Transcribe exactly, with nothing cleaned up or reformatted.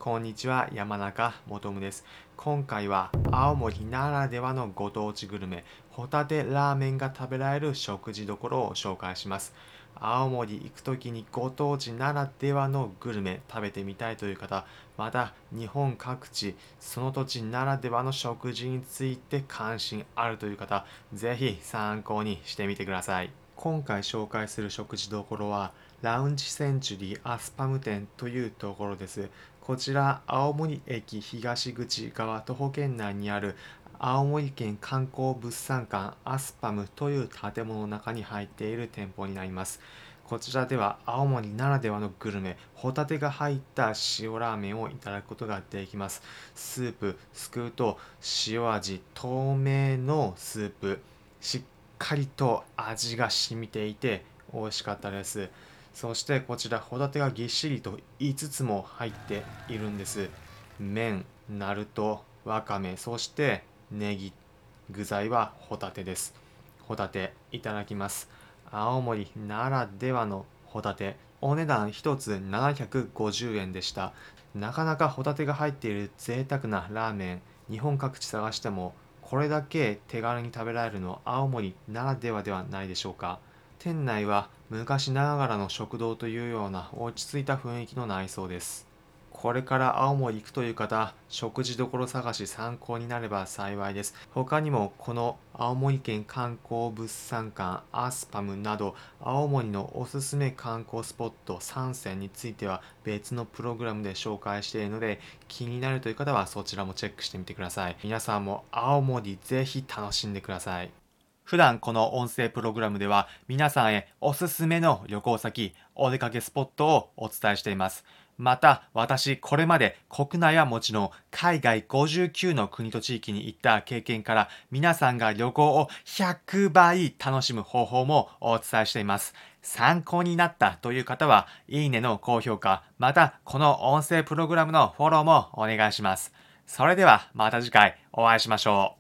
こんにちは、山中もとむです。今回は青森ならではのご当地グルメ、ホタテラーメンが食べられる食事どころを紹介します。青森行くときにご当地ならではのグルメ食べてみたいという方、また日本各地、その土地ならではの食事について関心あるという方、ぜひ参考にしてみてください。今回紹介する食事どころは、ラウンジセンチュリーアスパム店というところです。こちら、青森駅東口側徒歩圏内にある青森県観光物産館アスパムという建物の中に入っている店舗になります。こちらでは青森ならではのグルメ、ホタテが入った塩ラーメンをいただくことができます。スープ、すくうと塩味、透明のスープ、しっかりと味が染みていて美味しかったです。そしてこちらホタテがぎっしりといつつも入っているんです。麺、ナルト、わかめ、そしてネギ。具材はホタテです。ホタテいただきます。青森ならではのホタテ。お値段ひとつななひゃくごじゅうえんでした。なかなかホタテが入っている贅沢なラーメン、日本各地探してもこれだけ手軽に食べられるのは青森ならではではないでしょうか。店内は昔ながらの食堂というような落ち着いた雰囲気の内装です。これから青森行くという方、食事処探し参考になれば幸いです。他にもこの青森県観光物産館アスパムなど青森のおすすめ観光スポットさんせんについては別のプログラムで紹介しているので気になるという方はそちらもチェックしてみてください。皆さんも青森ぜひ楽しんでください。普段この音声プログラムでは皆さんへおすすめの旅行先、お出かけスポットをお伝えしています。また私これまで国内はもちろん海外ごじゅうきゅうの国と地域に行った経験から皆さんが旅行をひゃくばい楽しむ方法もお伝えしています。参考になったという方はいいねの高評価、またこの音声プログラムのフォローもお願いします。それではまた次回お会いしましょう。